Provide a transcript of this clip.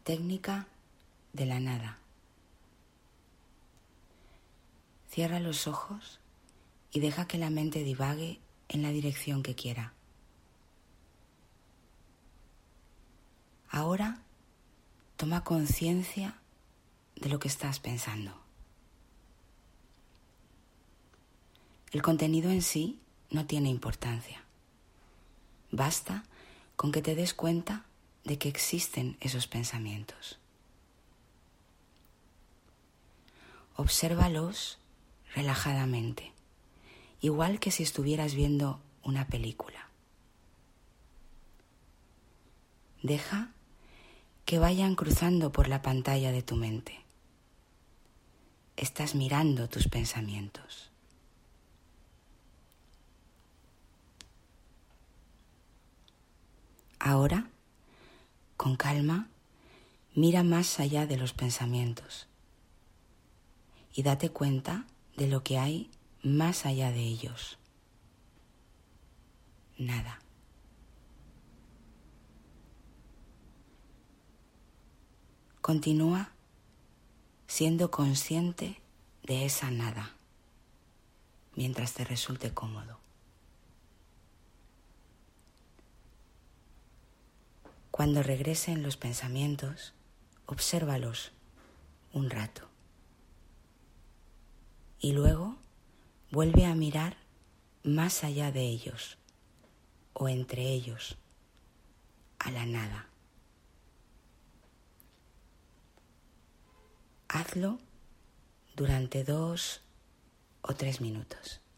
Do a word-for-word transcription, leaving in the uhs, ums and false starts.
técnica de la nada. Cierra los ojos y deja que la mente divague en la dirección que quiera. Ahora toma conciencia de lo que estás pensando. El contenido en sí no tiene importancia. Basta con que te des cuenta de que existen esos pensamientos. Obsérvalos relajadamente, igual que si estuvieras viendo una película. Deja que vayan cruzando por la pantalla de tu mente. Estás mirando tus pensamientos. Ahora, con calma, mira más allá de los pensamientos y date cuenta de lo que hay más allá de ellos. Nada. Continúa siendo consciente de esa nada, mientras te resulte cómodo. Cuando regresen los pensamientos, obsérvalos un rato. Y luego vuelve a mirar más allá de ellos o entre ellos, a la nada. Hazlo durante dos o tres minutos.